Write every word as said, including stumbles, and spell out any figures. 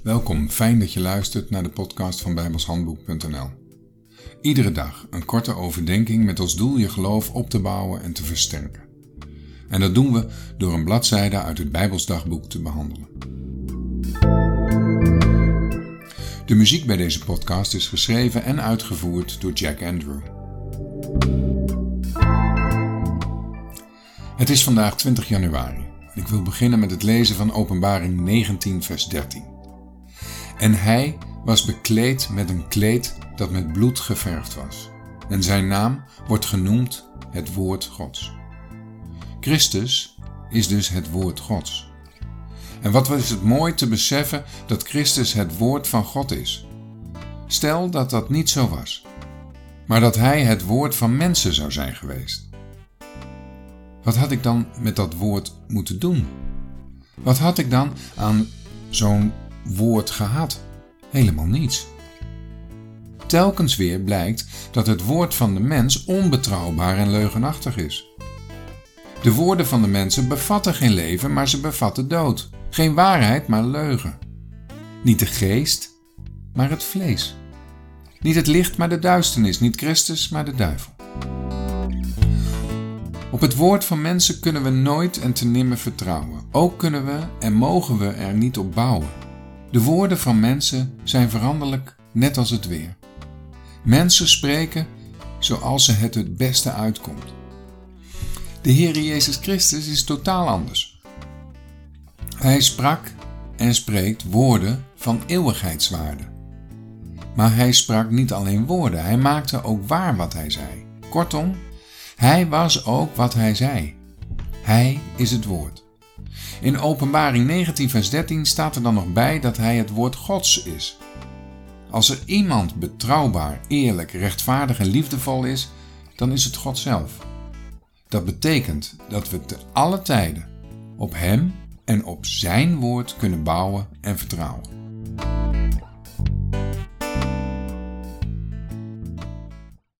Welkom, fijn dat je luistert naar de podcast van bijbelshandboek punt n l. Iedere dag een korte overdenking met als doel je geloof op te bouwen en te versterken. En dat doen we door een bladzijde uit het Bijbelsdagboek te behandelen. De muziek bij deze podcast is geschreven en uitgevoerd door Jack Andrew. Het is vandaag twintig januari en ik wil beginnen met het lezen van Openbaring negentien vers dertien. En hij was bekleed met een kleed dat met bloed geverfd was. En zijn naam wordt genoemd het Woord Gods. Christus is dus het Woord Gods. En wat is het mooi te beseffen dat Christus het Woord van God is. Stel dat dat niet zo was, maar dat hij het woord van mensen zou zijn geweest. Wat had ik dan met dat woord moeten doen? Wat had ik dan aan zo'n woord gehad? Helemaal niets. Telkens weer blijkt dat het woord van de mens onbetrouwbaar en leugenachtig is. De woorden van de mensen bevatten geen leven, maar ze bevatten dood. Geen waarheid, maar leugen. Niet de geest, maar het vlees. Niet het licht, maar de duisternis. Niet Christus, maar de duivel. Op het woord van mensen kunnen we nooit en te nimmer vertrouwen. Ook kunnen we en mogen we er niet op bouwen. De woorden van mensen zijn veranderlijk, net als het weer. Mensen spreken zoals ze het het beste uitkomt. De Heer Jezus Christus is totaal anders. Hij sprak en spreekt woorden van eeuwigheidswaarde. Maar hij sprak niet alleen woorden, hij maakte ook waar wat hij zei. Kortom, hij was ook wat hij zei. Hij is het woord. In Openbaring negentien vers dertien staat er dan nog bij dat hij het woord Gods is. Als er iemand betrouwbaar, eerlijk, rechtvaardig en liefdevol is, dan is het God zelf. Dat betekent dat we te alle tijden op hem en op zijn woord kunnen bouwen en vertrouwen.